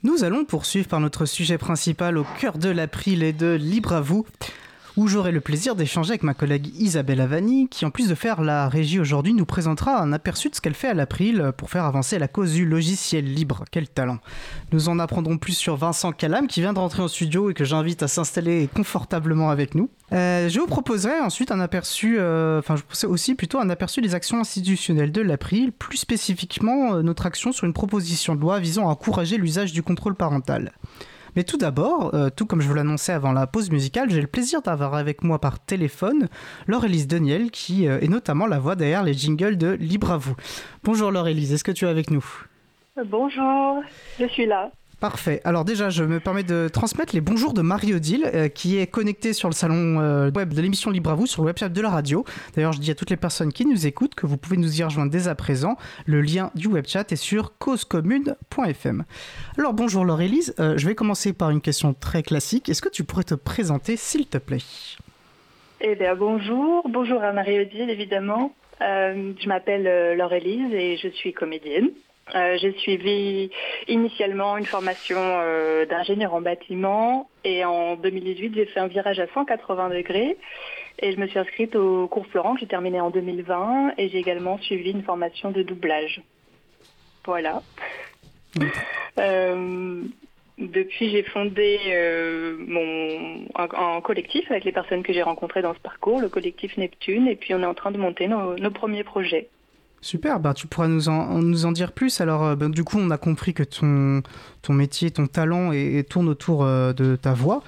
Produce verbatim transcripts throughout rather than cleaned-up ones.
Nous allons poursuivre par notre sujet principal au cœur de l'April et de Libre à vous, où j'aurai le plaisir d'échanger avec ma collègue Isabelle Avani, qui en plus de faire la régie aujourd'hui, nous présentera un aperçu de ce qu'elle fait à l'April pour faire avancer la cause du logiciel libre. Quel talent! Nous en apprendrons plus sur Vincent Calam, qui vient de rentrer en studio et que j'invite à s'installer confortablement avec nous. Euh, je vous proposerai ensuite un aperçu, euh, enfin je vous aussi plutôt un aperçu des actions institutionnelles de l'April, plus spécifiquement euh, notre action sur une proposition de loi visant à encourager l'usage du contrôle parental. Mais tout d'abord, euh, tout comme je vous l'annonçais avant la pause musicale, j'ai le plaisir d'avoir avec moi par téléphone Laure-Élise Deniel, qui euh, est notamment la voix derrière les jingles de Libre à vous. Bonjour Laure-Élise, est-ce que tu es avec nous ? Bonjour, je suis là. Parfait. Alors déjà, je me permets de transmettre les bonjours de Marie-Odile, euh, qui est connectée sur le salon euh, web de l'émission Libre à vous, sur le website de la radio. D'ailleurs, je dis à toutes les personnes qui nous écoutent que vous pouvez nous y rejoindre dès à présent. Le lien du webchat est sur cause commune point f m. Alors bonjour Laure-Élise, euh, je vais commencer par une question très classique. Est-ce que tu pourrais te présenter, s'il te plaît ? Eh bien bonjour, bonjour à Marie-Odile évidemment. Euh, je m'appelle euh, Laure-Élise et je suis comédienne. Euh, j'ai suivi initialement une formation euh, d'ingénieur en bâtiment et en deux mille dix-huit j'ai fait un virage à cent quatre-vingts degrés et je me suis inscrite au cours Florent que j'ai terminé en deux mille vingt et j'ai également suivi une formation de doublage. Voilà. euh, depuis j'ai fondé euh, mon, un, un collectif avec les personnes que j'ai rencontrées dans ce parcours, le collectif Neptune, et puis on est en train de monter nos, nos premiers projets. Super, bah, tu pourras nous en, nous en dire plus. Alors, bah, du coup, on a compris que ton, ton métier, ton talent et, et tourne autour euh, de ta voix.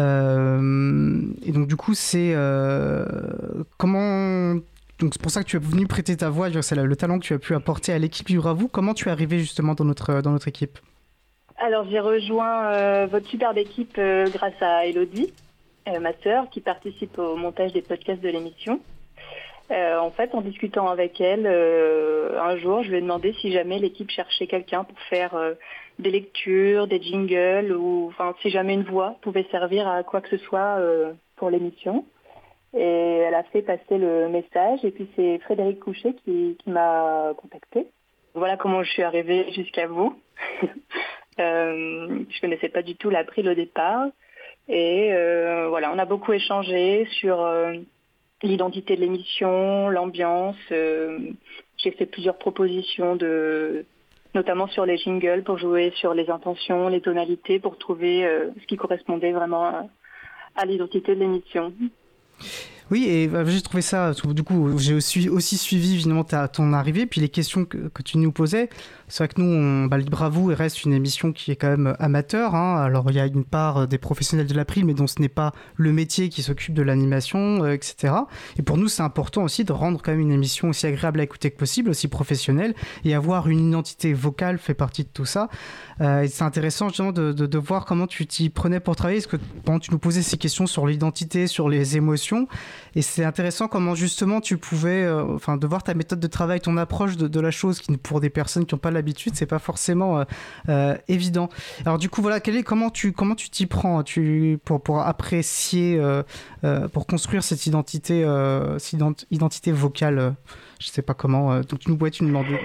Euh, et donc, du coup, c'est euh, comment... Donc, c'est pour ça que tu es venu prêter ta voix. C'est le talent que tu as pu apporter à l'équipe Libre à vous. Comment tu es arrivé justement dans notre, dans notre équipe ? Alors, j'ai rejoint euh, votre superbe équipe euh, grâce à Elodie, euh, ma sœur, qui participe au montage des podcasts de l'émission. Euh, en fait, en discutant avec elle, euh, un jour, je lui ai demandé si jamais l'équipe cherchait quelqu'un pour faire euh, des lectures, des jingles, ou enfin si jamais une voix pouvait servir à quoi que ce soit euh, pour l'émission. Et elle a fait passer le message, et puis c'est Frédéric Couchet qui, qui m'a contactée. Voilà comment je suis arrivée jusqu'à vous. euh, je connaissais pas du tout l'April au départ. Et euh, voilà, on a beaucoup échangé sur... Euh, l'identité de l'émission, l'ambiance. Euh, j'ai fait plusieurs propositions, de, notamment sur les jingles, pour jouer sur les intentions, les tonalités, pour trouver euh, ce qui correspondait vraiment à, à l'identité de l'émission. Oui, et bah, j'ai trouvé ça, du coup, j'ai aussi, aussi suivi évidemment ta, ton arrivée, puis les questions que, que tu nous posais. C'est vrai que nous, on, bah, Libre à vous reste une émission qui est quand même amateur. Hein. Alors, il y a une part des professionnels de l'April, mais dont ce n'est pas le métier qui s'occupe de l'animation, euh, et cetera. Et pour nous, c'est important aussi de rendre quand même une émission aussi agréable à écouter que possible, aussi professionnelle, et avoir une identité vocale fait partie de tout ça. Euh, et c'est intéressant justement de, de, de voir comment tu t'y prenais pour travailler, parce que pendant tu nous posais ces questions sur l'identité, sur les émotions, et c'est intéressant comment justement tu pouvais, euh, enfin, de voir ta méthode de travail, ton approche de, de la chose, qui pour des personnes qui n'ont pas l'habitude, c'est pas forcément euh, euh, évident. Alors du coup, voilà, quel est, comment tu comment tu t'y prends, tu pour pour apprécier, euh, euh, pour construire cette identité, euh, cette identité vocale, euh, je sais pas comment. Euh, donc tu nous pouvais tu nous demander.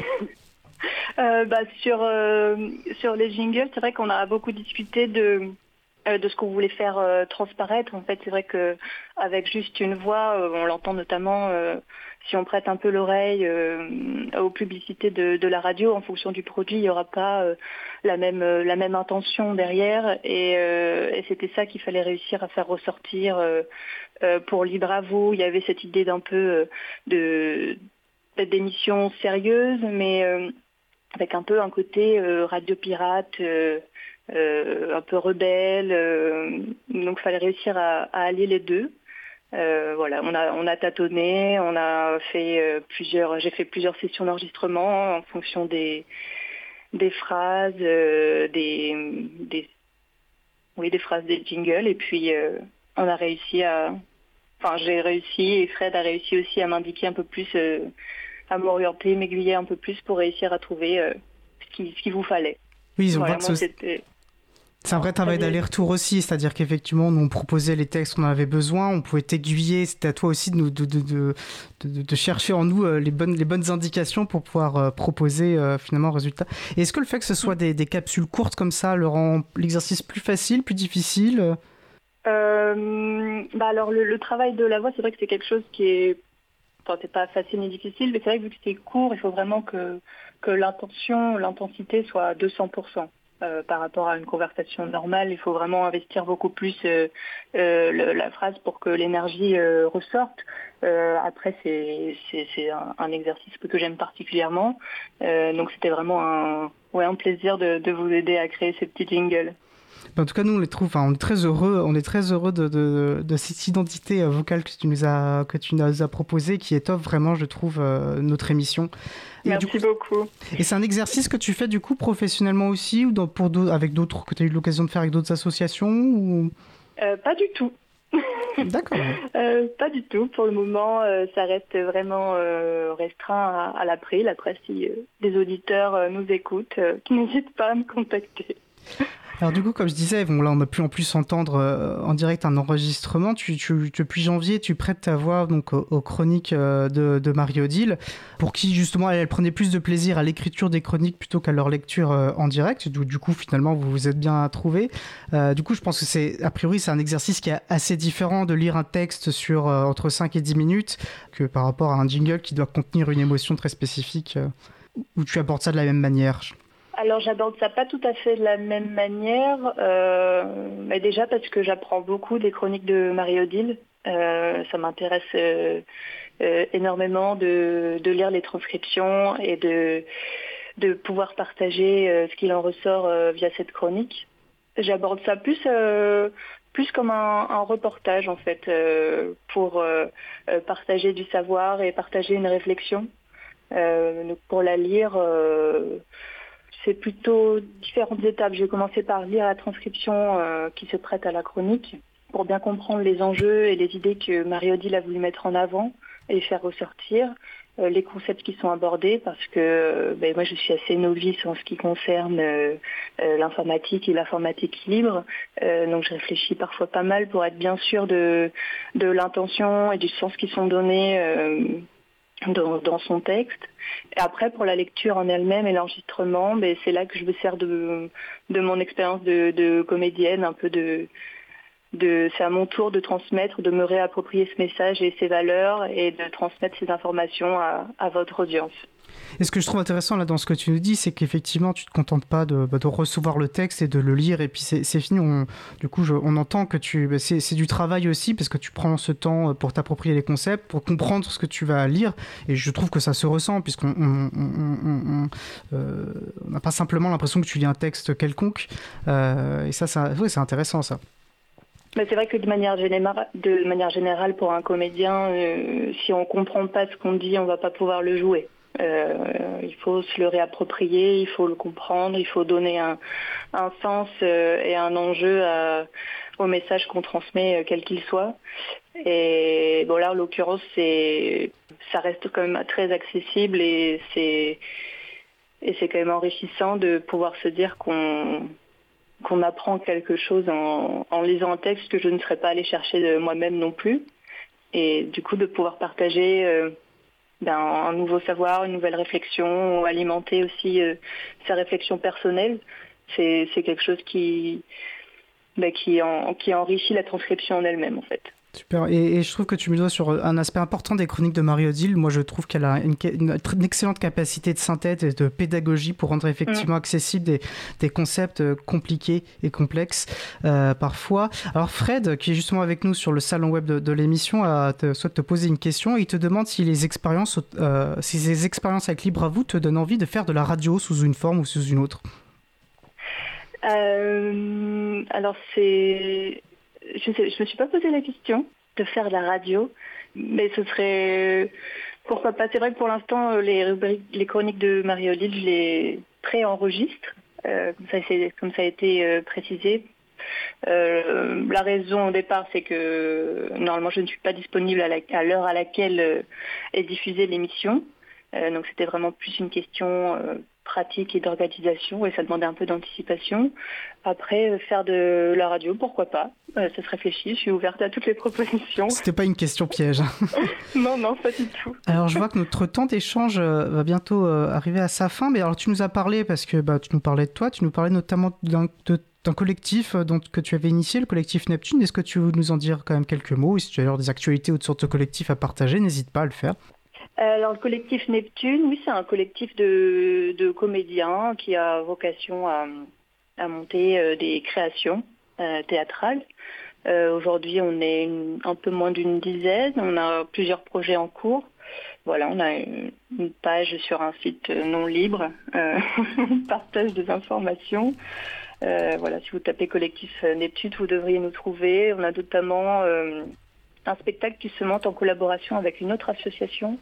Euh, bah, sur, euh, sur les jingles, c'est vrai qu'on a beaucoup discuté de, euh, de ce qu'on voulait faire euh, transparaître. En fait, c'est vrai qu'avec juste une voix, euh, on l'entend notamment euh, si on prête un peu l'oreille euh, aux publicités de, de la radio. En fonction du produit, il n'y aura pas euh, la, même, euh, la même intention derrière. Et, euh, et c'était ça qu'il fallait réussir à faire ressortir euh, euh, pour Libre à vous. Il y avait cette idée d'un peu euh, de, d'émission sérieuse, mais... Euh, avec un peu un côté euh, radio pirate, euh, euh, un peu rebelle. Euh, donc il fallait réussir à, à allier les deux. Euh, voilà, on a on a tâtonné, on a fait euh, plusieurs, j'ai fait plusieurs sessions d'enregistrement en fonction des des phrases, euh, des des oui des phrases des jingles, et puis euh, on a réussi à, enfin j'ai réussi et Fred a réussi aussi à m'indiquer un peu plus. Euh, à m'orienter, m'aiguiller un peu plus pour réussir à trouver euh, ce qu'il ce qu'il vous fallait. Oui, ils ont voilà, voir moi, que ce... c'était... C'est un vrai travail d'aller-retour aussi, c'est-à-dire qu'effectivement, nous on proposait les textes qu'on avait besoin, on pouvait t'aiguiller, c'était à toi aussi de, nous, de, de, de, de, de chercher en nous les bonnes, les bonnes indications pour pouvoir euh, proposer euh, finalement un résultat. Et est-ce que le fait que ce soit des, des capsules courtes comme ça le rend l'exercice plus facile, plus difficile? euh, bah alors le, le travail de la voix, c'est vrai que c'est quelque chose qui est, enfin, c'est pas facile ni difficile, mais c'est vrai que vu que c'est court, il faut vraiment que, que l'intention, l'intensité soit à deux cents pour cent. Euh, par rapport à une conversation normale, il faut vraiment investir beaucoup plus euh, euh, le, la phrase pour que l'énergie euh, ressorte. Euh, après, c'est, c'est, c'est un, un exercice que j'aime particulièrement. Euh, donc, c'était vraiment un, ouais, un plaisir de, de vous aider à créer ces petits jingles. En tout cas, nous, on les trouve, enfin, on est très heureux, on est très heureux de, de, de cette identité vocale que tu nous as, que tu nous as proposée, qui étoffe vraiment, je trouve, euh, notre émission. Et Merci coup, beaucoup. Et c'est un exercice que tu fais du coup professionnellement aussi, ou dans, pour d'autres, avec d'autres, que tu as eu l'occasion de faire avec d'autres associations ou... euh, Pas du tout. D'accord. euh, pas du tout. Pour le moment, euh, ça reste vraiment euh, restreint à, à l'April. Après, si euh, les auditeurs euh, nous écoutent, euh, n'hésitent pas à me contacter. Alors du coup, comme je disais, bon, là on a pu en plus entendre euh, en direct un enregistrement. Tu, tu, depuis janvier, tu prêtes ta voix donc, aux, aux chroniques euh, de, de Marie-Odile, pour qui justement elle, elle prenait plus de plaisir à l'écriture des chroniques plutôt qu'à leur lecture euh, en direct. Du, du coup, finalement, vous vous êtes bien trouvés. Euh, du coup, je pense que c'est, a priori, c'est un exercice qui est assez différent de lire un texte sur euh, entre cinq et dix minutes que par rapport à un jingle qui doit contenir une émotion très spécifique. Euh, où tu abordes ça de la même manière. Alors j'aborde ça pas tout à fait de la même manière, euh, mais déjà parce que j'apprends beaucoup des chroniques de Marie-Odile. Euh, ça m'intéresse euh, euh, énormément de, de lire les transcriptions et de, de pouvoir partager euh, ce qu'il en ressort euh, via cette chronique. J'aborde ça plus, euh, plus comme un, un reportage en fait, euh, pour euh, partager du savoir et partager une réflexion. Euh, donc pour la lire... Euh, C'est plutôt différentes étapes. Je vais commencer par lire la transcription euh, qui se prête à la chronique pour bien comprendre les enjeux et les idées que Marie-Odile a voulu mettre en avant et faire ressortir, euh, les concepts qui sont abordés parce que euh, ben, moi je suis assez novice en ce qui concerne euh, euh, l'informatique et l'informatique libre. Euh, donc je réfléchis parfois pas mal pour être bien sûre de, de l'intention et du sens qui sont donnés euh, Dans, dans son texte. Et après, pour la lecture en elle-même et l'enregistrement, ben, c'est là que je me sers de, de mon expérience de, de comédienne, un peu de, de... C'est à mon tour de transmettre, de me réapproprier ce message et ses valeurs et de transmettre ces informations à, à votre audience. Et ce que je trouve intéressant là dans ce que tu nous dis, c'est qu'effectivement tu te contentes pas de, bah, de recevoir le texte et de le lire et puis c'est, c'est fini. On, du coup, je, on entend que tu, bah, c'est, c'est du travail aussi parce que tu prends ce temps pour t'approprier les concepts, pour comprendre ce que tu vas lire. Et je trouve que ça se ressent puisqu'on on, on, on, on, euh, on n'a pas simplement l'impression que tu lis un texte quelconque. Euh, et ça, ça ouais, c'est intéressant ça. Mais c'est vrai que de manière générale, de manière générale pour un comédien, euh, si on comprend pas ce qu'on dit, on va pas pouvoir le jouer. Euh, il faut se le réapproprier, il faut le comprendre, il faut donner un, un sens euh, et un enjeu à, au message qu'on transmet, euh, quel qu'il soit. Et bon là, en l'occurrence, c'est, ça reste quand même très accessible et c'est, et c'est quand même enrichissant de pouvoir se dire qu'on qu'on apprend quelque chose en, en lisant un texte que je ne serais pas allée chercher de moi-même non plus. Et du coup, de pouvoir partager euh, ben, un nouveau savoir, une nouvelle réflexion, ou alimenter aussi euh, sa réflexion personnelle, c'est, c'est quelque chose qui, ben, qui, en, qui enrichit la transcription en elle-même, en fait. Super, et, et je trouve que tu me dois sur un aspect important des chroniques de Marie-Odile. Moi, je trouve qu'elle a une, une, une excellente capacité de synthèse et de pédagogie pour rendre effectivement mmh. accessibles des, des concepts compliqués et complexes euh, parfois. Alors Fred, qui est justement avec nous sur le salon web de, de l'émission, a te, souhaite te poser une question. Il te demande si les expériences, euh, si les expériences avec Libre à vous te donnent envie de faire de la radio sous une forme ou sous une autre. Euh, alors c'est... Je ne me suis pas posé la question de faire de la radio, mais ce serait... Pourquoi pas. C'est vrai que pour l'instant, les, rubriques, les chroniques de Marie-Odile, je les pré-enregistre, euh, comme, ça, c'est, comme ça a été euh, précisé. Euh, la raison au départ, c'est que normalement, je ne suis pas disponible à, la, à l'heure à laquelle euh, est diffusée l'émission. Euh, donc c'était vraiment plus une question euh, pratique et d'organisation, et ça demandait un peu d'anticipation. Après, faire de la radio, pourquoi pas, euh, ça se réfléchit, je suis ouverte à toutes les propositions. C'était pas une question piège. Non, non, pas du tout. Alors je vois que notre temps d'échange euh, va bientôt euh, arriver à sa fin, mais alors tu nous as parlé, parce que bah, tu nous parlais de toi, tu nous parlais notamment d'un, de, d'un collectif euh, dont, que tu avais initié, le collectif Neptune. Est-ce que tu veux nous en dire quand même quelques mots? Et si tu as alors des actualités autour de ce collectif à partager, n'hésite pas à le faire. Alors le collectif Neptune, oui, c'est un collectif de, de comédiens qui a vocation à, à monter euh, des créations euh, théâtrales. Euh, aujourd'hui, on est une, un peu moins d'une dizaine, on a plusieurs projets en cours. Voilà, on a une, une page sur un site non libre, euh, on partage des informations. Euh, voilà, si vous tapez collectif Neptune, vous devriez nous trouver. On a notamment euh, un spectacle qui se monte en collaboration avec une autre association,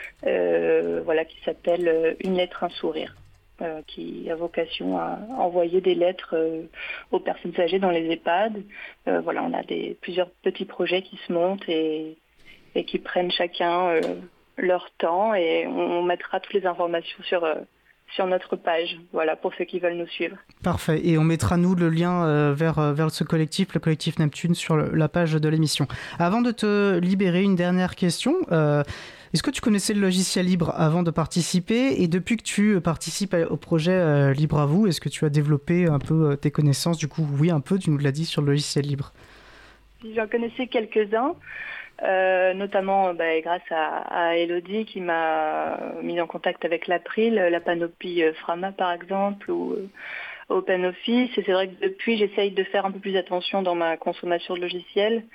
euh, voilà, qui s'appelle euh, Une lettre, un sourire, euh, qui a vocation à envoyer des lettres euh, aux personnes âgées dans les EHPAD. Euh, voilà, on a des, plusieurs petits projets qui se montent et, et qui prennent chacun euh, leur temps, et on, on mettra toutes les informations sur... Euh, sur notre page, voilà, pour ceux qui veulent nous suivre. Parfait, et on mettra nous le lien euh, vers, euh, vers ce collectif, le collectif Neptune, sur le, la page de l'émission. Avant de te libérer, une dernière question. Euh, est-ce que tu connaissais le logiciel libre avant de participer? Et depuis que tu participes au projet euh, Libre à vous, est-ce que tu as développé un peu euh, tes connaissances? Du coup, oui, un peu, tu nous l'as dit, sur le logiciel libre. J'en connaissais quelques-uns. Euh, notamment bah, grâce à, à Elodie qui m'a mis en contact avec l'April, la panoplie euh, Frama par exemple, ou euh, OpenOffice. Et c'est vrai que depuis, j'essaye de faire un peu plus attention dans ma consommation de logiciels,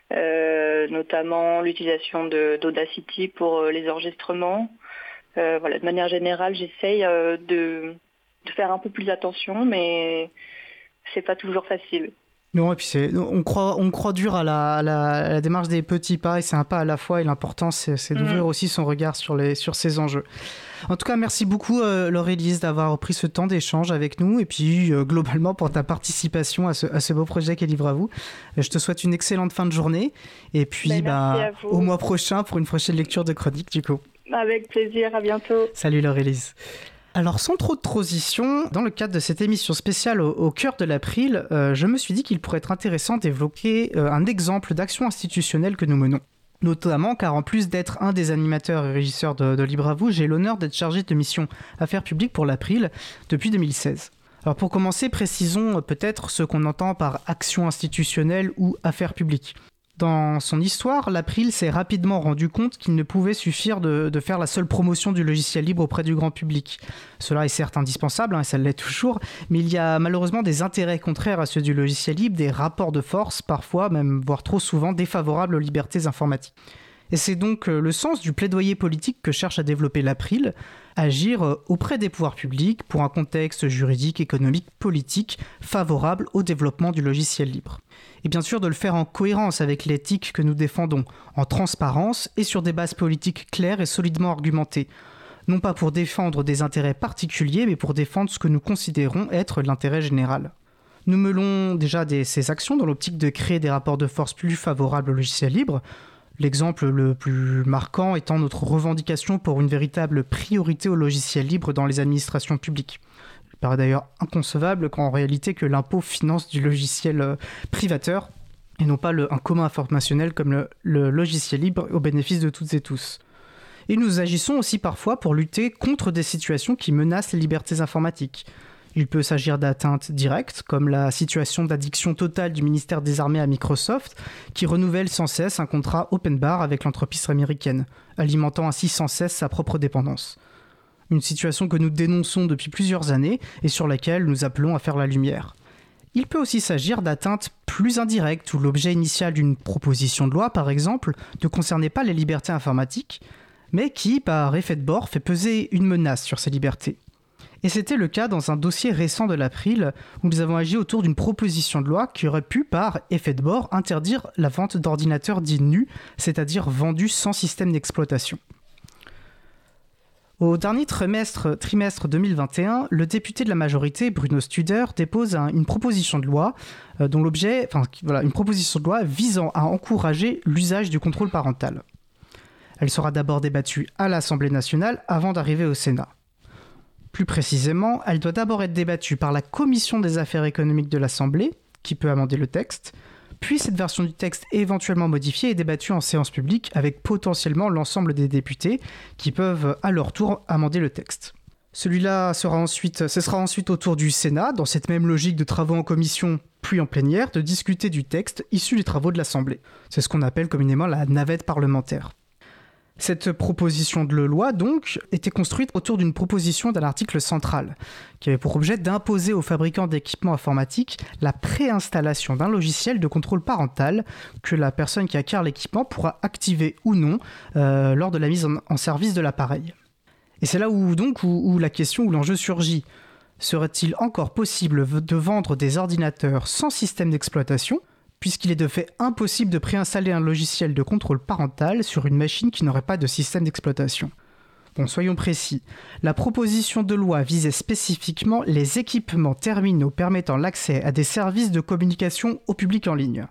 euh, notamment l'utilisation de, d'Audacity pour euh, les enregistrements. Euh, voilà, de manière générale, j'essaye euh, de, de faire un peu plus attention, mais c'est pas toujours facile. Non, et puis c'est, on croit, on croit dur à la, à, la, à la démarche des petits pas, et c'est un pas à la fois, et l'important c'est, c'est d'ouvrir mmh. aussi son regard sur, les, sur ces enjeux. En tout cas, merci beaucoup euh, Laure-Élise d'avoir pris ce temps d'échange avec nous, et puis euh, globalement pour ta participation à ce, à ce beau projet qu'est Libre à vous. Je te souhaite une excellente fin de journée, et puis bah, bah, au mois prochain pour une prochaine lecture de chronique du coup. Avec plaisir, à bientôt. Salut Laure-Élise. Alors, sans trop de transition, dans le cadre de cette émission spéciale au, au cœur de l'April, euh, je me suis dit qu'il pourrait être intéressant d'évoquer euh, un exemple d'action institutionnelle que nous menons. Notamment car en plus d'être un des animateurs et régisseurs de, de Libre à vous, j'ai l'honneur d'être chargé de mission Affaires publiques pour l'April depuis deux mille seize. Alors pour commencer, précisons peut-être ce qu'on entend par action institutionnelle ou affaires publiques. Dans son histoire, l'April s'est rapidement rendu compte qu'il ne pouvait suffire de, de faire la seule promotion du logiciel libre auprès du grand public. Cela est certes indispensable, hein, et ça l'est toujours, mais il y a malheureusement des intérêts contraires à ceux du logiciel libre, des rapports de force, parfois, même voire trop souvent, défavorables aux libertés informatiques. Et c'est donc le sens du plaidoyer politique que cherche à développer l'April, agir auprès des pouvoirs publics pour un contexte juridique, économique, politique favorable au développement du logiciel libre. Et bien sûr de le faire en cohérence avec l'éthique que nous défendons, en transparence et sur des bases politiques claires et solidement argumentées. Non pas pour défendre des intérêts particuliers, mais pour défendre ce que nous considérons être l'intérêt général. Nous menons déjà des, ces actions dans l'optique de créer des rapports de force plus favorables au logiciel libre. L'exemple le plus marquant étant notre revendication pour une véritable priorité au logiciel libre dans les administrations publiques. Il paraît d'ailleurs inconcevable qu'en réalité que l'impôt finance du logiciel euh, privateur et non pas le, un commun informationnel comme le, le logiciel libre au bénéfice de toutes et tous. Et nous agissons aussi parfois pour lutter contre des situations qui menacent les libertés informatiques. Il peut s'agir d'atteintes directes, comme la situation d'addiction totale du ministère des Armées à Microsoft, qui renouvelle sans cesse un contrat open bar avec l'entreprise américaine, alimentant ainsi sans cesse sa propre dépendance. Une situation que nous dénonçons depuis plusieurs années et sur laquelle nous appelons à faire la lumière. Il peut aussi s'agir d'atteintes plus indirectes, où l'objet initial d'une proposition de loi, par exemple, ne concernait pas les libertés informatiques, mais qui, par effet de bord, fait peser une menace sur ces libertés. Et c'était le cas dans un dossier récent de l'April, où nous avons agi autour d'une proposition de loi qui aurait pu, par effet de bord, interdire la vente d'ordinateurs dits nus, c'est-à-dire vendus sans système d'exploitation. Au dernier trimestre, trimestre deux mille vingt et un, le député de la majorité, Bruno Studer, dépose un, une proposition de loi euh, dont l'objet, enfin voilà, une proposition de loi visant à encourager l'usage du contrôle parental. Elle sera d'abord débattue à l'Assemblée nationale avant d'arriver au Sénat. Plus précisément, elle doit d'abord être débattue par la Commission des affaires économiques de l'Assemblée, qui peut amender le texte, puis cette version du texte est éventuellement modifiée et débattue en séance publique avec potentiellement l'ensemble des députés qui peuvent à leur tour amender le texte. Celui-là sera ensuite, ce sera ensuite au tour du Sénat, dans cette même logique de travaux en commission puis en plénière, de discuter du texte issu des travaux de l'Assemblée. C'est ce qu'on appelle communément la navette parlementaire. Cette proposition de loi, donc, était construite autour d'une proposition d'un article central, qui avait pour objet d'imposer aux fabricants d'équipements informatiques la préinstallation d'un logiciel de contrôle parental que la personne qui acquiert l'équipement pourra activer ou non euh, lors de la mise en, en service de l'appareil. Et c'est là où, donc, où, où la question, où l'enjeu surgit. Serait-il encore possible de vendre des ordinateurs sans système d'exploitation, puisqu'il est de fait impossible de préinstaller un logiciel de contrôle parental sur une machine qui n'aurait pas de système d'exploitation. Bon, soyons précis. La proposition de loi visait spécifiquement les équipements terminaux permettant l'accès à des services de communication au public en ligne.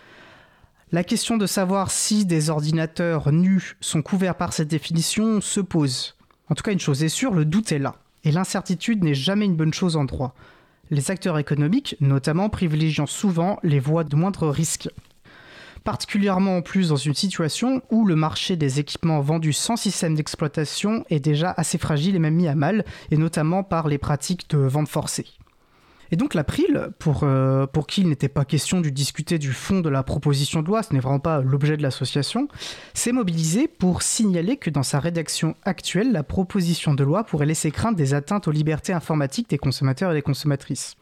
La question de savoir si des ordinateurs nus sont couverts par cette définition se pose. En tout cas, une chose est sûre, le doute est là. Et l'incertitude n'est jamais une bonne chose en droit. Les acteurs économiques, notamment, privilégiant souvent les voies de moindre risque. Particulièrement en plus dans une situation où le marché des équipements vendus sans système d'exploitation est déjà assez fragile et même mis à mal, et notamment par les pratiques de vente forcée. Et donc l'April, pour, euh, pour qui il n'était pas question de discuter du fond de la proposition de loi, ce n'est vraiment pas l'objet de l'association, s'est mobilisé pour signaler que dans sa rédaction actuelle, la proposition de loi pourrait laisser craindre des atteintes aux libertés informatiques des consommateurs et des consommatrices.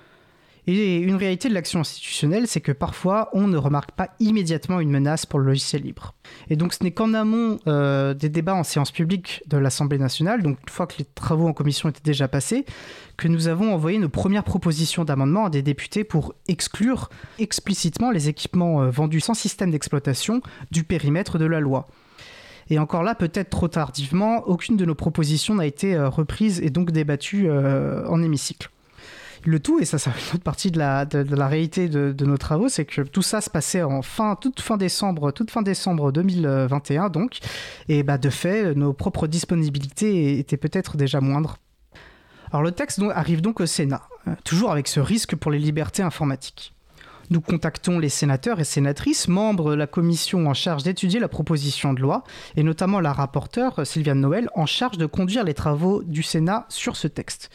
Et une réalité de l'action institutionnelle, c'est que parfois, on ne remarque pas immédiatement une menace pour le logiciel libre. Et donc, ce n'est qu'en amont euh, des débats en séance publique de l'Assemblée nationale, donc une fois que les travaux en commission étaient déjà passés, que nous avons envoyé nos premières propositions d'amendement à des députés pour exclure explicitement les équipements euh, vendus sans système d'exploitation du périmètre de la loi. Et encore là, peut-être trop tardivement, aucune de nos propositions n'a été euh, reprise et donc débattue euh, en hémicycle. Le tout, et ça, ça fait une autre partie de la, de, de la réalité de, de nos travaux, c'est que tout ça se passait en fin, toute fin décembre, toute fin décembre deux mille vingt et un, donc, et bah, de fait, nos propres disponibilités étaient peut-être déjà moindres. Alors le texte donc, arrive donc au Sénat, euh, toujours avec ce risque pour les libertés informatiques. Nous contactons les sénateurs et sénatrices, membres de la commission en charge d'étudier la proposition de loi, et notamment la rapporteure Sylviane Noël, en charge de conduire les travaux du Sénat sur ce texte.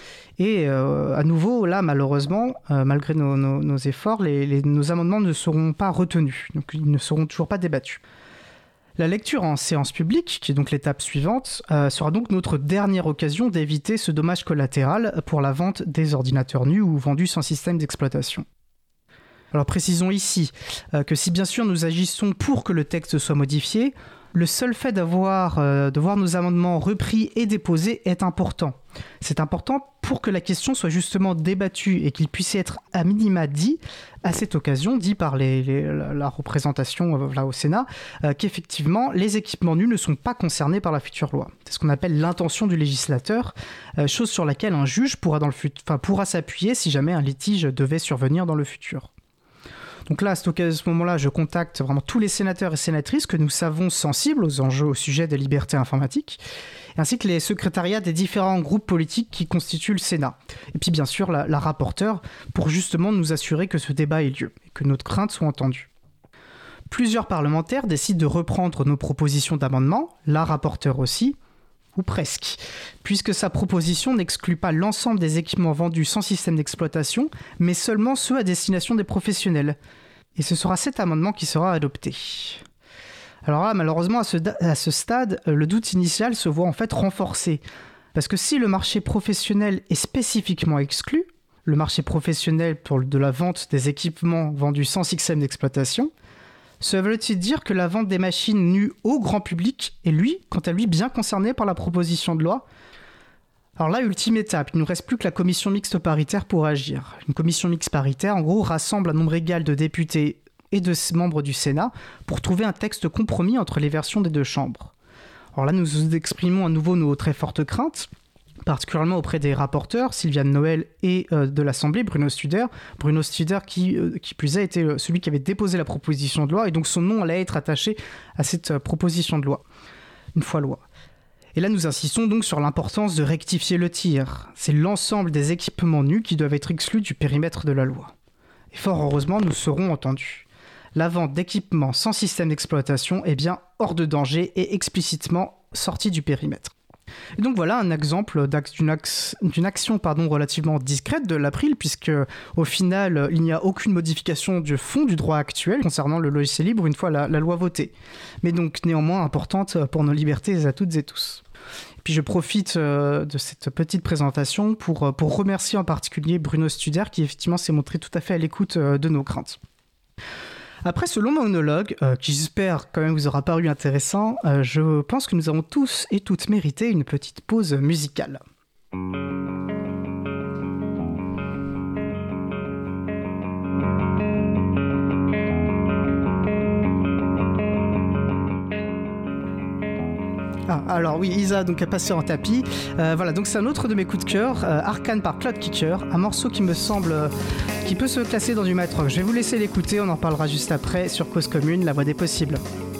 Et euh, à nouveau, là, malheureusement, euh, malgré nos, nos, nos efforts, les, les, nos amendements ne seront pas retenus, donc ils ne seront toujours pas débattus. La lecture en séance publique, qui est donc l'étape suivante, euh, sera donc notre dernière occasion d'éviter ce dommage collatéral pour la vente des ordinateurs nus ou vendus sans système d'exploitation. Alors précisons ici euh, que si bien sûr nous agissons pour que le texte soit modifié, le seul fait d'avoir, euh, de voir nos amendements repris et déposés est important. C'est important pour que la question soit justement débattue et qu'il puisse être à minima dit, à cette occasion, dit par les, les, la représentation euh, là au Sénat, euh, qu'effectivement les équipements nus ne sont pas concernés par la future loi. C'est ce qu'on appelle l'intention du législateur, euh, chose sur laquelle un juge pourra, dans le fut- enfin, pourra s'appuyer si jamais un litige devait survenir dans le futur. Donc là, à ce moment-là, je contacte vraiment tous les sénateurs et sénatrices que nous savons sensibles aux enjeux au sujet des libertés informatiques, ainsi que les secrétariats des différents groupes politiques qui constituent le Sénat. Et puis bien sûr, la, la rapporteure, pour justement nous assurer que ce débat ait lieu et que nos craintes soient entendues. Plusieurs parlementaires décident de reprendre nos propositions d'amendement, la rapporteure aussi, ou presque, puisque sa proposition n'exclut pas l'ensemble des équipements vendus sans système d'exploitation, mais seulement ceux à destination des professionnels. Et ce sera cet amendement qui sera adopté. Alors là, malheureusement, à ce, à ce stade, le doute initial se voit en fait renforcé. Parce que si le marché professionnel est spécifiquement exclu, le marché professionnel pour de la vente des équipements vendus sans système d'exploitation, cela veut-il dire que la vente des machines nues au grand public est, lui, quant à lui, bien concerné par la proposition de loi ? Alors là, ultime étape, il ne nous reste plus que la commission mixte paritaire pour agir. Une commission mixte paritaire, en gros, rassemble un nombre égal de députés et de membres du Sénat pour trouver un texte compromis entre les versions des deux chambres. Alors là, nous exprimons à nouveau nos très fortes craintes, particulièrement auprès des rapporteurs, Sylviane Noël et euh, de l'Assemblée, Bruno Studer. Bruno Studer qui, euh, qui plus est, était celui qui avait déposé la proposition de loi, et donc son nom allait être attaché à cette euh, proposition de loi, une fois loi. Et là, nous insistons donc sur l'importance de rectifier le tir. C'est l'ensemble des équipements nus qui doivent être exclus du périmètre de la loi. Et fort heureusement, nous serons entendus. La vente d'équipements sans système d'exploitation est bien hors de danger et explicitement sortie du périmètre. Et donc voilà un exemple d'une, axe, d'une action pardon, relativement discrète de l'April, puisque au final, il n'y a aucune modification du fond du droit actuel concernant le logiciel libre une fois la, la loi votée, mais donc néanmoins importante pour nos libertés à toutes et tous. Et puis je profite euh, de cette petite présentation pour, pour remercier en particulier Bruno Studer, qui effectivement s'est montré tout à fait à l'écoute euh, de nos craintes. Après ce long monologue, euh, qui j'espère quand même vous aura paru intéressant, euh, je pense que nous avons tous et toutes mérité une petite pause musicale. Ah, alors oui, Isa donc a passé en tapis. Euh, voilà, donc c'est un autre de mes coups de cœur, euh, Arcane par Cloudkicker, un morceau qui me semble, euh, qui peut se classer dans du math rock. Je vais vous laisser l'écouter, on en parlera juste après sur Cause Commune, la voix des possibles.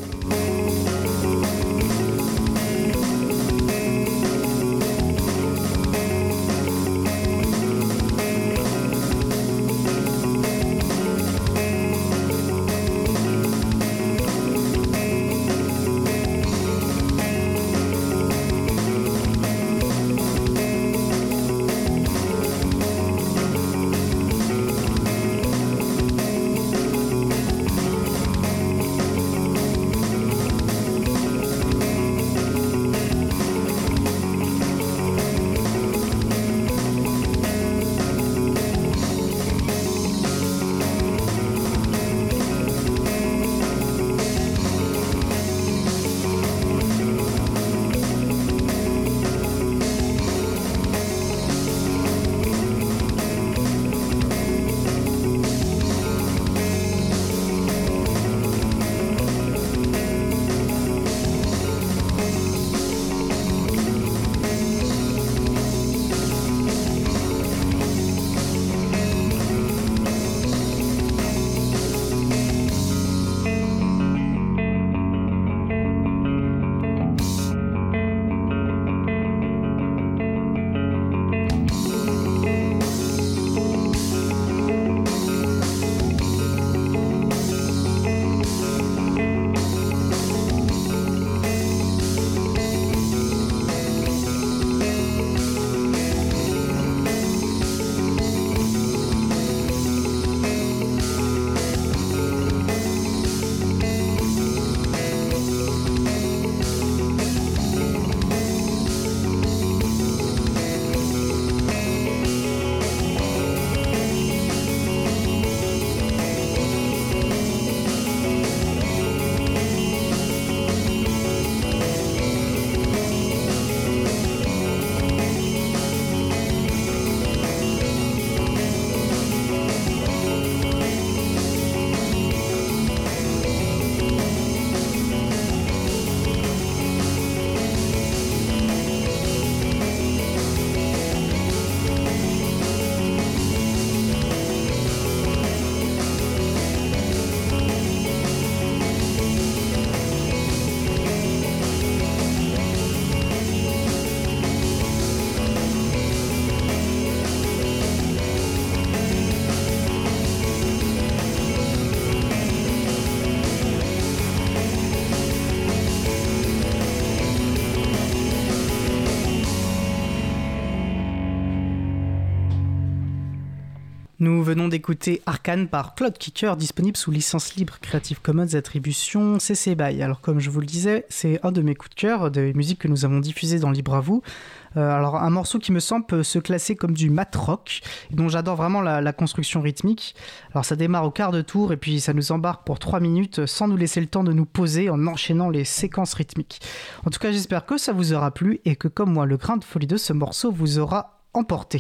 Nous venons d'écouter Arcane par Cloudkicker, disponible sous licence libre Creative Commons Attribution C C B Y. Alors comme je vous le disais, c'est un de mes coups de cœur, des musiques que nous avons diffusées dans Libre à vous. Euh, alors un morceau qui me semble peut se classer comme du math rock, dont j'adore vraiment la, la construction rythmique. Alors ça démarre au quart de tour et puis ça nous embarque pour trois minutes sans nous laisser le temps de nous poser en enchaînant les séquences rythmiques. En tout cas j'espère que ça vous aura plu et que comme moi le grain de folie de ce morceau vous aura emporté.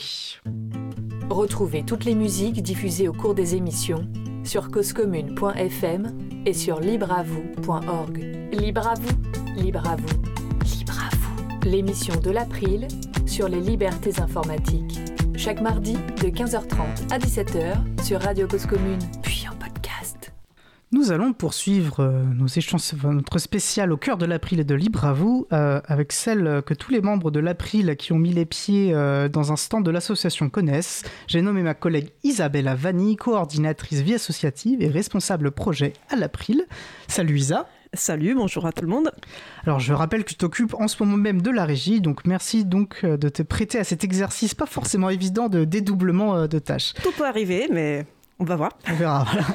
Retrouvez toutes les musiques diffusées au cours des émissions sur cause commune point f m et sur libre à vous point org. Libre à vous, libre à vous, libre à vous. L'émission de l'April sur les libertés informatiques. Chaque mardi de quinze heures trente à dix-sept heures sur Radio Cause Commune, puis en podcast. Nous allons poursuivre euh, nos échanges, enfin, notre spécial au cœur de l'April et de Libre à vous, euh, avec celle que tous les membres de l'April qui ont mis les pieds euh, dans un stand de l'association connaissent. J'ai nommé ma collègue Isabella Vanni, coordinatrice vie associative et responsable projet à l'April. Salut Isa. Salut, bonjour à tout le monde. Alors je rappelle que tu t'occupes en ce moment même de la régie, donc merci donc de te prêter à cet exercice pas forcément évident de dédoublement de tâches. Tout peut arriver, mais... on va voir. On verra, voilà.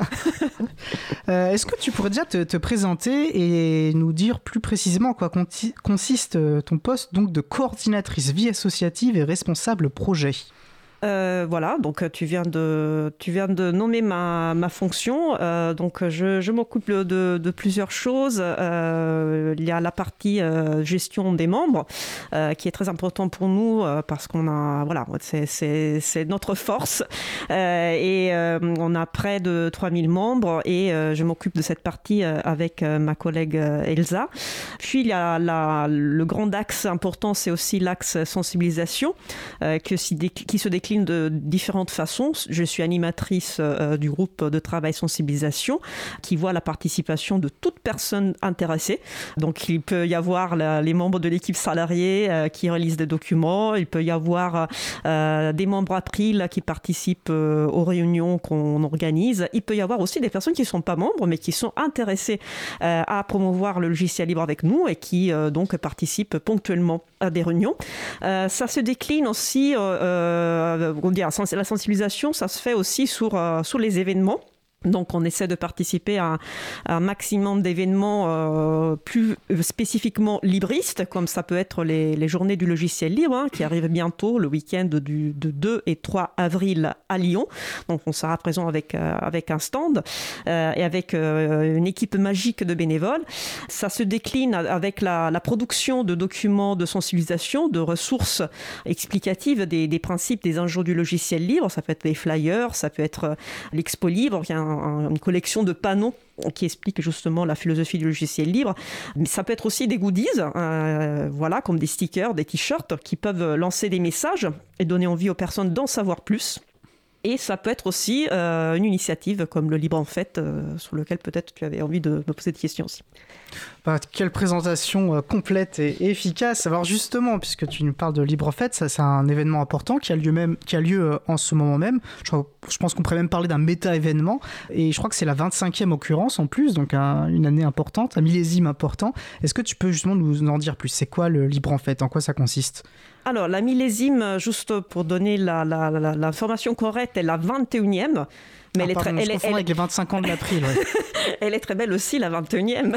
euh, est-ce que tu pourrais déjà te, te présenter et nous dire plus précisément en quoi conti- consiste ton poste donc, de coordinatrice vie associative et responsable projet ? Euh, voilà, donc tu viens de, tu viens de nommer ma, ma fonction. Euh, donc je, je m'occupe de, de plusieurs choses. Euh, il y a la partie euh, gestion des membres euh, qui est très important pour nous euh, parce qu'on a, voilà, c'est, c'est, c'est notre force. Euh, et euh, on a près de trois mille membres et euh, je m'occupe de cette partie euh, avec euh, ma collègue euh, Elsa. Puis il y a la, le grand axe important, c'est aussi l'axe sensibilisation euh, que si, qui se décline de différentes façons. Je suis animatrice euh, du groupe de travail sensibilisation qui voit la participation de toute personne intéressée. Donc il peut y avoir la, les membres de l'équipe salariée euh, qui relisent des documents, il peut y avoir euh, des membres April qui participent euh, aux réunions qu'on organise, il peut y avoir aussi des personnes qui ne sont pas membres mais qui sont intéressées euh, à promouvoir le logiciel libre avec nous et qui euh, donc participent ponctuellement à des réunions. Euh, ça se décline aussi euh, euh, on dit, la sensibilisation, ça se fait aussi sur, euh, sur les événements. Donc, on essaie de participer à, à un maximum d'événements euh, plus spécifiquement libristes, comme ça peut être les, les journées du logiciel libre, hein, qui arrivent bientôt, le week-end du, de deux et trois avril à Lyon. Donc, on sera présent avec, euh, avec un stand euh, et avec euh, une équipe magique de bénévoles. Ça se décline avec la, la production de documents de sensibilisation, de ressources explicatives des, des principes des enjeux du logiciel libre. Ça peut être des flyers, ça peut être l'expo libre, qui est un une collection de panneaux qui explique justement la philosophie du logiciel libre. Mais ça peut être aussi des goodies, euh, voilà, comme des stickers, des t-shirts qui peuvent lancer des messages et donner envie aux personnes d'en savoir plus. Et ça peut être aussi euh, une initiative comme le Libre en Fête, euh, sur lequel peut-être tu avais envie de me poser des questions aussi. Bah, quelle présentation euh, complète et, et efficace. Alors justement, puisque tu nous parles de Libre en Fête, ça, c'est un événement important qui a lieu, même, qui a lieu euh, en ce moment même. Je, crois, je pense qu'on pourrait même parler d'un méta-événement. Et je crois que c'est la vingt-cinquième occurrence en plus, donc un, une année importante, un millésime important. Est-ce que tu peux justement nous en dire plus ? C'est quoi le Libre en Fête ? En quoi ça consiste ? Alors, la millésime, juste pour donner la, la, la, l'information correcte, est la vingt et unième. Mais ah, elle, est pardon, très, je elle, confonds elle, avec les vingt-cinq ans de l'April. Ouais. Elle est très belle aussi, la vingt et unième.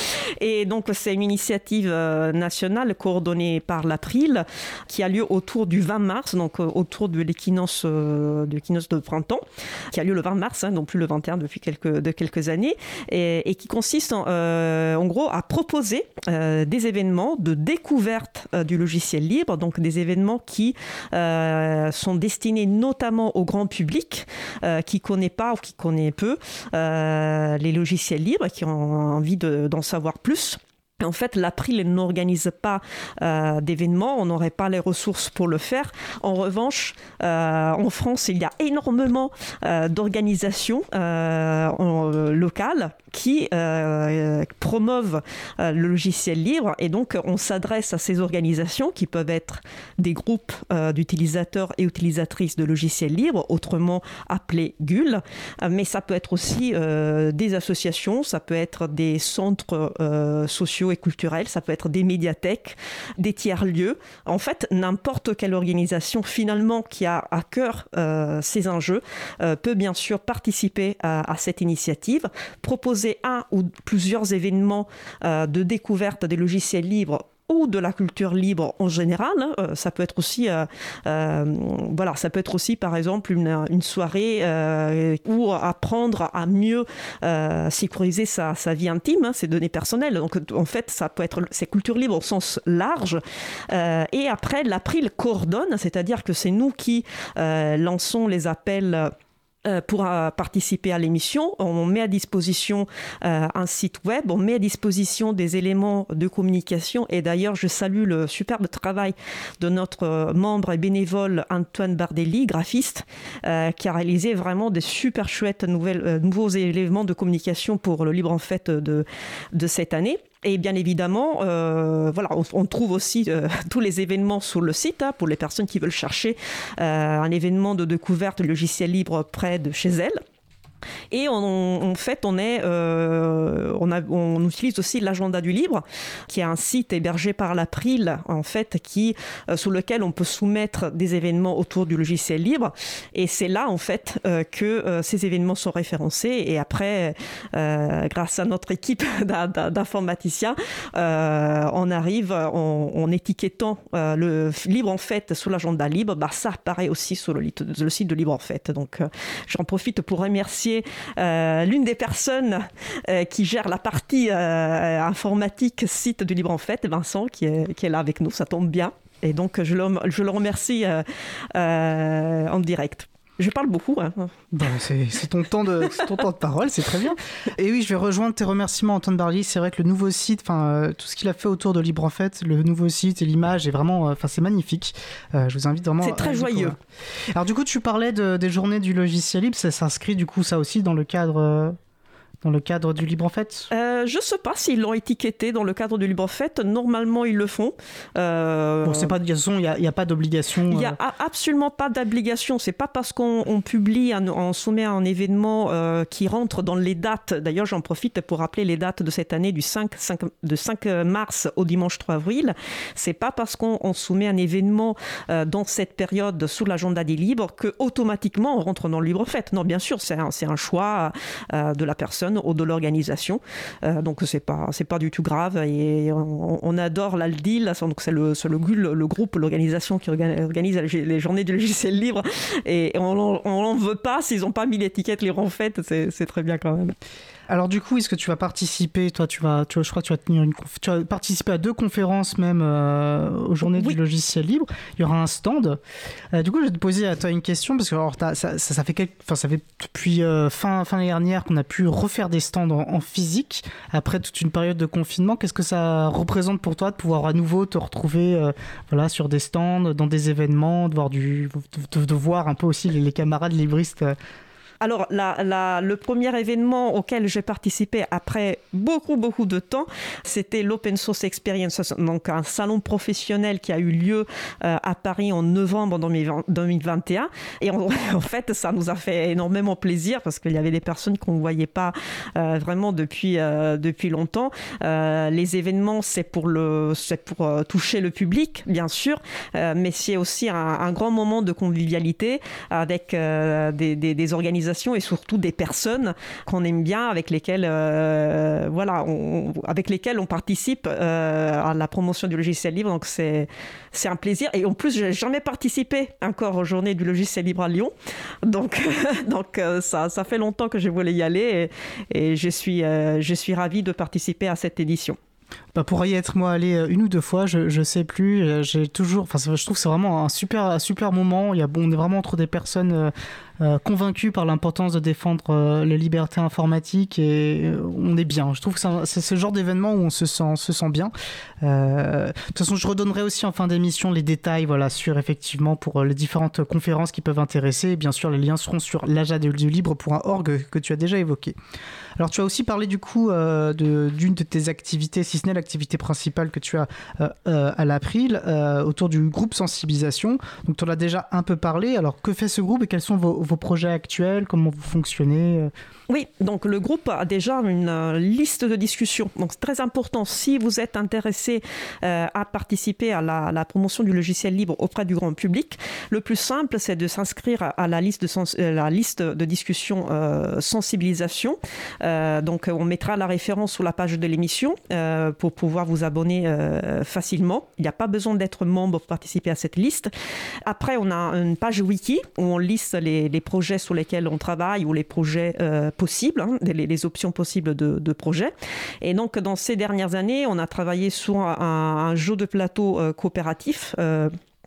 Et donc, c'est une initiative nationale coordonnée par l'April qui a lieu autour du vingt mars, donc autour de l'équinoxe, de l'équinoxe de printemps, qui a lieu le vingt mars, hein, donc plus le vingt et un depuis quelques, de quelques années, et, et qui consiste en, euh, en gros à proposer euh, des événements de découverte euh, du logiciel libre, donc des événements qui euh, sont destinés notamment au grand public, euh, qui connaît pas ou qui connaît peu euh, les logiciels libres et qui ont envie de, d'en savoir plus. En fait, l'April n'organise pas euh, d'événements, on n'aurait pas les ressources pour le faire. En revanche, euh, en France, il y a énormément euh, d'organisations euh, en, euh, locales qui euh, promeuvent euh, le logiciel libre et donc on s'adresse à ces organisations qui peuvent être des groupes euh, d'utilisateurs et utilisatrices de logiciels libres, autrement appelés G U L, euh, mais ça peut être aussi euh, des associations, ça peut être des centres euh, sociaux et culturels, ça peut être des médiathèques, des tiers-lieux. En fait, n'importe quelle organisation finalement qui a à cœur euh, ces enjeux euh, peut bien sûr participer à, à cette initiative, proposer un ou plusieurs événements euh, de découverte des logiciels libres ou de la culture libre en général. Euh, ça peut être aussi, euh, euh, voilà, ça peut être aussi par exemple une, une soirée euh, où apprendre à mieux euh, sécuriser sa, sa vie intime, hein, ses données personnelles. Donc en fait, ça peut être c'est culture libre au sens large. Euh, et après, l'April coordonne, c'est-à-dire que c'est nous qui euh, lançons les appels pour participer à l'émission. On met à disposition euh, un site web, on met à disposition des éléments de communication. Et d'ailleurs, je salue le superbe travail de notre membre et bénévole Antoine Bardelli, graphiste, euh, qui a réalisé vraiment des super chouettes nouvelles, euh, nouveaux éléments de communication pour le Libre en Fête de, de cette année. Et bien évidemment, euh, voilà, on, on trouve aussi euh, tous les événements sur le site hein, pour les personnes qui veulent chercher euh, un événement de découverte de logiciel libre près de chez elles. Et en, en fait, on, est, euh, on, a, on utilise aussi l'agenda du libre, qui est un site hébergé par l'April, en fait, qui, euh, sur lequel on peut soumettre des événements autour du logiciel libre. Et c'est là, en fait, euh, que euh, ces événements sont référencés. Et après, euh, grâce à notre équipe d'informaticiens, euh, on arrive, en, en étiquetant euh, le libre en fait sur l'agenda libre, bah, ça apparaît aussi sur le, le site de Libre en fait. Donc, euh, j'en profite pour remercier Euh, l'une des personnes euh, qui gère la partie euh, informatique site du Libre en Fête, Vincent, qui est, qui est là avec nous, ça tombe bien. Et donc, je le, je le remercie euh, euh, en direct. Je parle beaucoup. Hein. Bon, c'est, c'est, ton temps de, c'est ton temps de parole, c'est très bien. Et oui, je vais rejoindre tes remerciements, Antoine Bardelli. C'est vrai que le nouveau site, euh, tout ce qu'il a fait autour de Libre en Fête, le nouveau site et l'image est vraiment, enfin, euh, c'est magnifique. Euh, je vous invite vraiment. C'est très joyeux. Découvrir. Alors du coup, tu parlais de, des journées du logiciel libre. Ça s'inscrit du coup, ça aussi, dans le cadre. Euh... Dans le cadre du Libre en Fête euh, Je ne sais pas s'ils l'ont étiqueté dans le cadre du Libre en Fête. Normalement, ils le font. Euh... Bon, c'est pas, de toute façon, il n'y a, a pas d'obligation. Il n'y a euh... absolument pas d'obligation. Ce n'est pas parce qu'on on publie, un, on soumet un événement euh, qui rentre dans les dates. D'ailleurs, j'en profite pour rappeler les dates de cette année, du cinq, cinq, de cinq mars au dimanche trois avril. Ce n'est pas parce qu'on on soumet un événement euh, dans cette période sous l'agenda des libres qu'automatiquement on rentre dans le Libre en Fête. Non, bien sûr, c'est un, c'est un choix euh, de la personne ou de l'organisation, euh, donc c'est pas c'est pas du tout grave et on, on adore l'A L D I L, donc c'est le c'est le, le, le groupe, l'organisation qui organise les journées du logiciel libre et on on l'en veut pas s'ils ont pas mis l'étiquette Libre en Fête, c'est c'est très bien quand même. Alors du coup, est-ce que tu vas participer, toi tu vas, tu, je crois que tu vas tenir une, tu vas participer à deux conférences même euh, aux Journées oui. du logiciel libre. Il y aura un stand. Euh, du coup, je vais te poser à toi une question parce que alors, ça, ça, ça fait quelques, enfin ça fait depuis euh, fin fin l'année dernière qu'on a pu refaire des stands en, en physique après toute une période de confinement. Qu'est-ce que ça représente pour toi de pouvoir à nouveau te retrouver, euh, voilà, sur des stands, dans des événements, de voir du, de, de, de voir un peu aussi les, les camarades libristes. Euh, Alors, la, la, le premier événement auquel j'ai participé après beaucoup, beaucoup de temps, c'était l'Open Source Experience, donc un salon professionnel qui a eu lieu euh, à Paris en novembre deux mille vingt et un. Et en, en fait, ça nous a fait énormément plaisir parce qu'il y avait des personnes qu'on ne voyait pas euh, vraiment depuis, euh, depuis longtemps. Euh, les événements, c'est pour, le, c'est pour euh, toucher le public, bien sûr, euh, mais c'est aussi un, un grand moment de convivialité avec euh, des, des, des organisations et surtout des personnes qu'on aime bien, avec lesquelles, euh, voilà, on, avec lesquelles on participe euh, à la promotion du logiciel libre. Donc c'est, c'est un plaisir. Et en plus, je n'ai jamais participé encore aux Journées du logiciel libre à Lyon. Donc, donc ça, ça fait longtemps que je voulais y aller et, et je suis, euh, je suis ravie de participer à cette édition. Bah pour y être moi allé une ou deux fois, je je sais plus, j'ai toujours, enfin je trouve que c'est vraiment un super un super moment. Il y a bon, on est vraiment entre des personnes euh, euh, convaincues par l'importance de défendre euh, les libertés informatiques et euh, on est bien. Je trouve que c'est, un, c'est ce genre d'événement où on se sent se sent bien. Euh, de toute façon, je redonnerai aussi en fin d'émission les détails, voilà, sur effectivement pour les différentes conférences qui peuvent intéresser. Et bien sûr, les liens seront sur l'agenda du libre point org que tu as déjà évoqué. Alors, tu as aussi parlé du coup euh, de, d'une de tes activités, si ce n'est l'activité principale que tu as euh, euh, à l'April, euh, autour du groupe sensibilisation. Donc, tu en as déjà un peu parlé. Alors, que fait ce groupe et quels sont vos, vos projets actuels? Comment vous fonctionnez? Oui, donc le groupe a déjà une euh, liste de discussion. Donc, c'est très important. Si vous êtes intéressé euh, à participer à la, la promotion du logiciel libre auprès du grand public, le plus simple, c'est de s'inscrire à la liste de, sens- la liste de discussion euh, sensibilisation. Euh, donc, on mettra la référence sur la page de l'émission euh, pour pouvoir vous abonner euh, facilement. Il n'y a pas besoin d'être membre pour participer à cette liste. Après, on a une page wiki où on liste les, les projets sur lesquels on travaille ou les projets euh, possibles, hein, les, les options possibles de, de projets. Et donc, dans ces dernières années, on a travaillé sur un, un jeu de plateau euh, coopératif euh,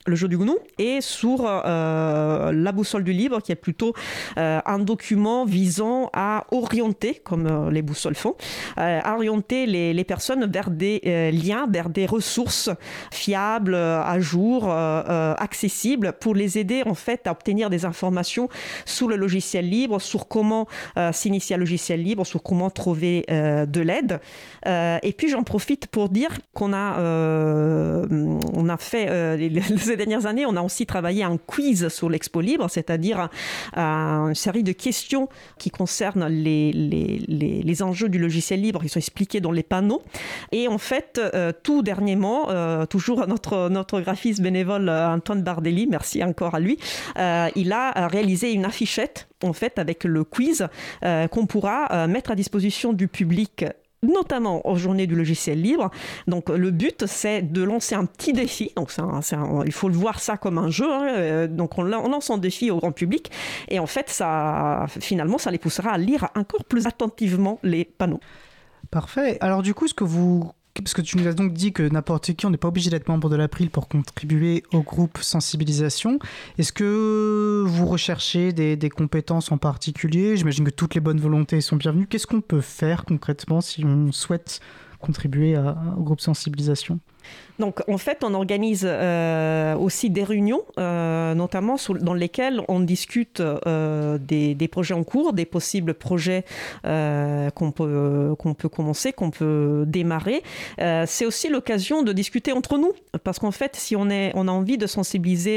le jeu du gnou, et sur euh, la boussole du libre, qui est plutôt euh, un document visant à orienter, comme euh, les boussoles font, euh, à orienter les, les personnes vers des euh, liens, vers des ressources fiables, à jour, euh, euh, accessibles, pour les aider en fait à obtenir des informations sur le logiciel libre, sur comment euh, s'initier à logiciel libre, sur comment trouver euh, de l'aide. Euh, et puis j'en profite pour dire qu'on a, euh, on a fait euh, les, les ces dernières années, on a aussi travaillé un quiz sur l'Expo Libre, c'est-à-dire euh, une série de questions qui concernent les, les, les, les enjeux du logiciel libre qui sont expliqués dans les panneaux. Et en fait, euh, tout dernièrement, euh, toujours notre, notre graphiste bénévole Antoine Bardelli, merci encore à lui, euh, il a réalisé une affichette en fait avec le quiz euh, qu'on pourra euh, mettre à disposition du public, notamment aux journées du logiciel libre. Donc le but, c'est de lancer un petit défi. Donc c'est un, c'est un, il faut le voir ça comme un jeu. Hein. Donc on, on lance un défi au grand public et en fait, ça, finalement, ça les poussera à lire encore plus attentivement les panneaux. Parfait. Alors du coup, ce que vous... Parce que tu nous as donc dit que n'importe qui, on n'est pas obligé d'être membre de l'April pour contribuer au groupe sensibilisation. Est-ce que vous recherchez des, des compétences en particulier ? J'imagine que toutes les bonnes volontés sont bienvenues. Qu'est-ce qu'on peut faire concrètement si on souhaite contribuer à, au groupe sensibilisation ? Donc, en fait, on organise euh, aussi des réunions, euh, notamment sur, dans lesquelles on discute euh, des, des projets en cours, des possibles projets euh, qu'on peut, qu'on peut commencer, qu'on peut démarrer. Euh, c'est aussi l'occasion de discuter entre nous, parce qu'en fait, si on, est, on a envie de sensibiliser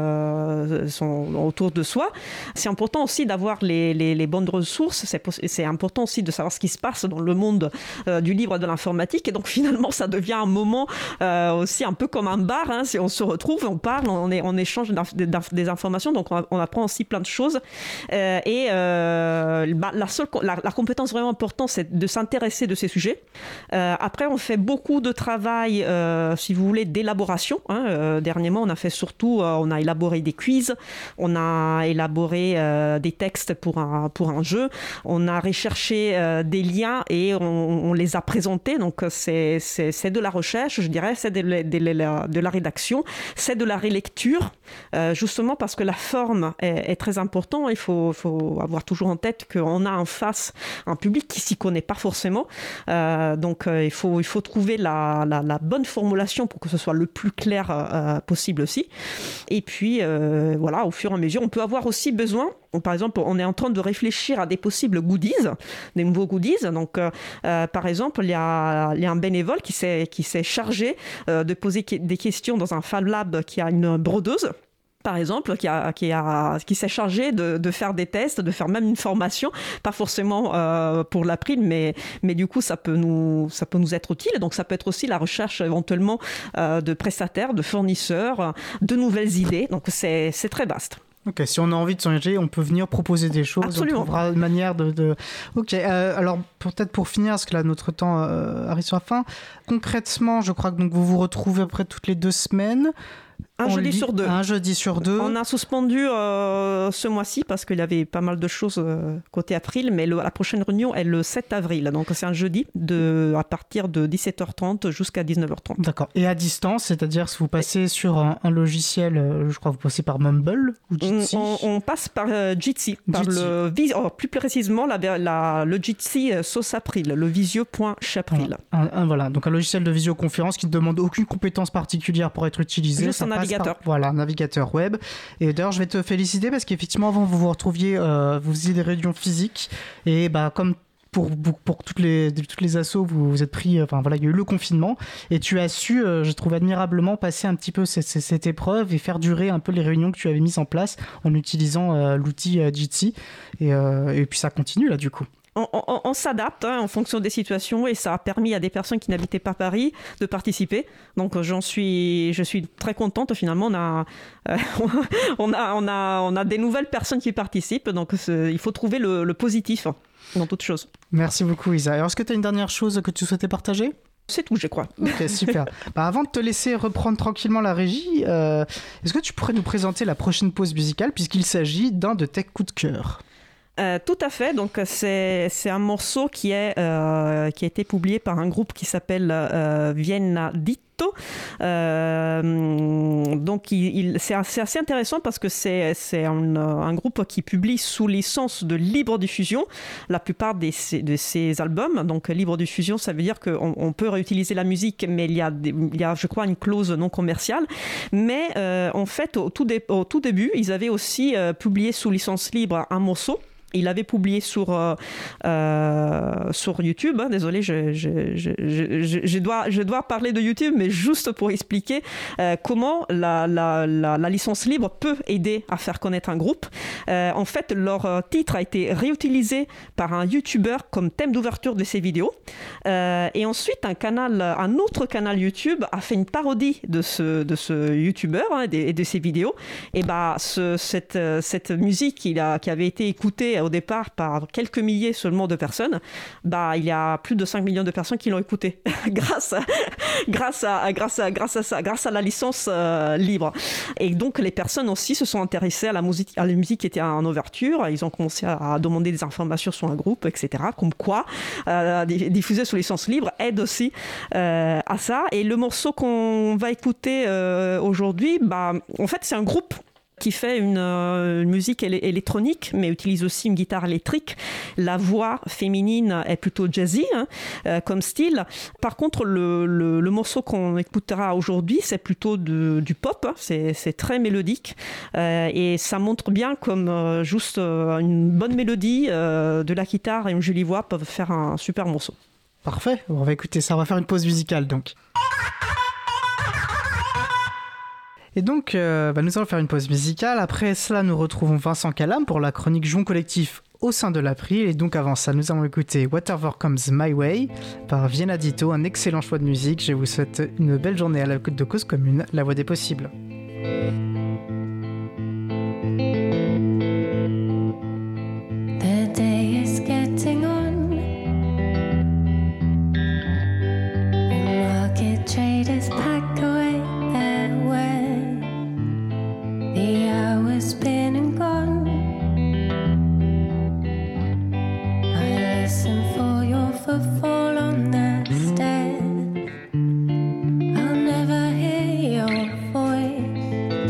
euh, son, autour de soi, c'est important aussi d'avoir les, les, les bonnes ressources. C'est, c'est important aussi de savoir ce qui se passe dans le monde euh, du livre et de l'informatique. Et donc, finalement, ça devient un moment... Euh, aussi un peu comme un bar, hein, si on se retrouve, on parle, on, est, on échange des informations, donc on, on apprend aussi plein de choses. Euh, et euh, bah, la, seule, la, la compétence vraiment importante, c'est de s'intéresser de ces sujets. Euh, après, on fait beaucoup de travail, euh, si vous voulez, d'élaboration. Hein. Euh, dernièrement, on a fait surtout, euh, on a élaboré des quiz, on a élaboré euh, des textes pour un, pour un jeu, on a recherché euh, des liens et on, on les a présentés. Donc, c'est, c'est, c'est de la recherche, je dirais, c'est de, de, de, de la rédaction, c'est de la relecture, euh, justement parce que la forme est, est très importante. Il faut, faut avoir toujours en tête qu'on a en face un public qui ne s'y connaît pas forcément. Euh, donc, euh, il, faut, il faut trouver la, la, la bonne formulation pour que ce soit le plus clair euh, possible aussi. Et puis, euh, voilà, au fur et à mesure, on peut avoir aussi besoin... Par exemple, on est en train de réfléchir à des possibles goodies, des nouveaux goodies. Donc, euh, euh, par exemple, il y a, il y a un bénévole qui s'est, qui s'est chargé euh, de poser des questions dans un Fab Lab qui a une brodeuse, par exemple, qui, a, qui, a, qui s'est chargé de, de faire des tests, de faire même une formation, pas forcément euh, pour l'April, mais, mais du coup, ça peut, nous, ça peut nous être utile. Donc, ça peut être aussi la recherche éventuellement euh, de prestataires, de fournisseurs, de nouvelles idées. Donc, c'est, c'est très vaste. Ok, si on a envie de s'engager, on peut venir proposer des choses. Absolument. On trouvera une manière de... de... Ok, euh, alors peut-être pour finir, parce que là, notre temps euh, arrive sur la fin. Concrètement, je crois que donc, vous vous retrouvez à peu près toutes les deux semaines. Un on jeudi lit... sur deux. Un jeudi sur deux. On a suspendu euh, ce mois-ci parce qu'il y avait pas mal de choses euh, côté April, mais le, la prochaine réunion est le sept avril. Donc c'est un jeudi de, à partir de dix-sept heures trente jusqu'à dix-neuf heures trente. D'accord. Et à distance, c'est-à-dire si vous passez sur un, un logiciel, euh, je crois que vous passez par Mumble ou Jitsi on, on passe par euh, Jitsi, par Jitsi. le, oh, plus précisément la, la, le Jitsi euh, sauce April, le visio point chapril. Un, un, voilà, donc un logiciel de visioconférence qui ne demande aucune compétence particulière pour être utilisé. Juste ça un passe navigateur. Par, voilà, un navigateur web. Et d'ailleurs, je vais te féliciter parce qu'effectivement, avant, vous vous retrouviez, euh, vous faisiez des réunions physiques. Et bah, comme pour, pour, pour toutes les, toutes les assos, vous vous êtes pris, enfin voilà, il y a eu le confinement. Et tu as su, euh, je trouve admirablement, passer un petit peu cette, cette épreuve et faire durer un peu les réunions que tu avais mises en place en utilisant euh, l'outil euh, Jitsi. Et, euh, et puis ça continue là, du coup. On, on, on s'adapte hein, en fonction des situations et ça a permis à des personnes qui n'habitaient pas Paris de participer. Donc j'en suis, je suis très contente. Finalement, on a, euh, on a, on a, on a des nouvelles personnes qui participent. Donc il faut trouver le, le positif dans toute chose. Merci beaucoup, Isa. Alors, est-ce que tu as une dernière chose que tu souhaitais partager ? C'est tout, je crois. Ok, super. Bah, avant de te laisser reprendre tranquillement la régie, euh, est-ce que tu pourrais nous présenter la prochaine pause musicale puisqu'il s'agit d'un de tes coups de cœur ? Euh, tout à fait. Donc, c'est, c'est un morceau qui, est, euh, qui a été publié par un groupe qui s'appelle euh, Vienna Dit. crypto. Euh, donc il, il, c'est, assez, c'est assez intéressant parce que c'est, c'est un, un groupe qui publie sous licence de libre diffusion la plupart des, de ses albums. Donc libre diffusion, ça veut dire qu'on on peut réutiliser la musique, mais il y, a des, il y a, je crois, une clause non commerciale. Mais euh, en fait, au tout, dé, au tout début, ils avaient aussi euh, publié sous licence libre un morceau. Il avait publié sur, euh, euh, sur YouTube. Hein, désolé, je, je, je, je, je, dois, je dois parler de YouTube, mais juste pour expliquer euh, comment la, la, la, la licence libre peut aider à faire connaître un groupe. Euh, en fait, leur titre a été réutilisé par un YouTuber comme thème d'ouverture de ses vidéos. Euh, et ensuite, un, canal, un autre canal YouTube a fait une parodie de ce, de ce YouTuber hein, et, de, et de ses vidéos. Et bah, ce, cette, cette musique qui, a, qui avait été écoutée au départ par quelques milliers seulement de personnes, bah, il y a plus de cinq millions de personnes qui l'ont écouté grâce, à, grâce, à, grâce, à, grâce, à ça, grâce à la licence euh, libre. Et donc les personnes aussi se sont intéressées à la musique, à la musique qui était en ouverture. Ils ont commencé à, à demander des informations sur un groupe, et cetera. Comme quoi, euh, diffuser sous licence libre aide aussi euh, à ça. Et le morceau qu'on va écouter euh, aujourd'hui, bah, en fait, c'est un groupe qui fait une, euh, une musique éle- électronique, mais utilise aussi une guitare électrique. La voix féminine est plutôt jazzy hein, euh, comme style. Par contre, le, le, le morceau qu'on écoutera aujourd'hui, c'est plutôt de, du pop. Hein. C'est, c'est très mélodique euh, et ça montre bien comme euh, juste euh, une bonne mélodie euh, de la guitare et une jolie voix peuvent faire un super morceau. Parfait, on va écouter ça, on va faire une pause musicale donc. Et donc, euh, bah nous allons faire une pause musicale. Après cela, nous retrouvons Vincent Calam pour la chronique Jon Collectif au sein de l'April. Et donc, avant ça, nous allons écouter Whatever Comes My Way par Vienna Ditto, un excellent choix de musique. Je vous souhaite une belle journée à la côte de Cause Commune, la voix des possibles. The day is getting on. The market traders pack away their way. The hours been and gone. I listen for your footfall on the stairs. I'll never hear your voice.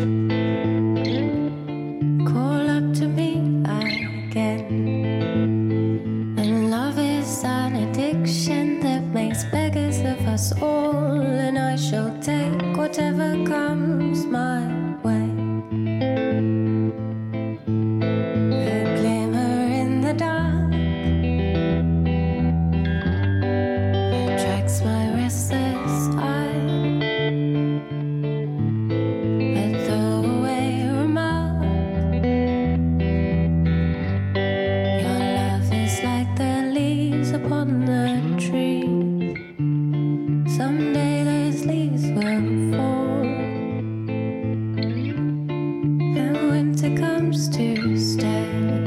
Call up to me again. And love is an addiction that makes beggars of us all. And I shall take whatever comes my way. A glimmer in the dark attracts my restless eye. A throwaway remark. Your love is like the leaves upon the trees. Someday those leaves will fall. And winter comes to stay.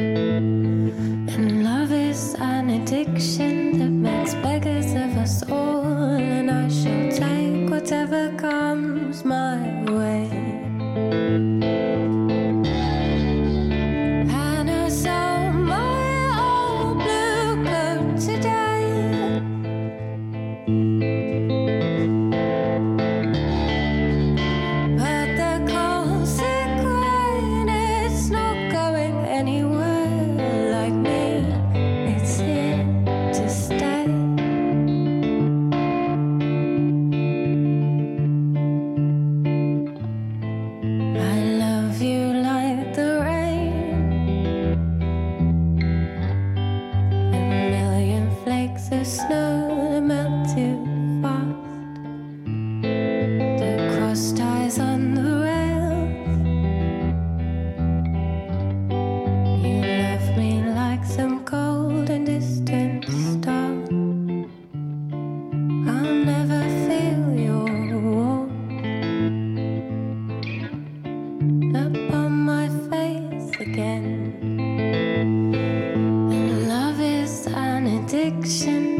And love is an addiction that makes beggars of us all. And I shall take whatever comes my way. And I saw my old blue coat today. But the cold sick rain is not going anywhere like me. It's here to stay. I love you like the rain. A million flakes of snow melt too fast. The cross ties on the rails. You love me like some cold and distant star. I'll never feel your warmth upon my face again. And love is an addiction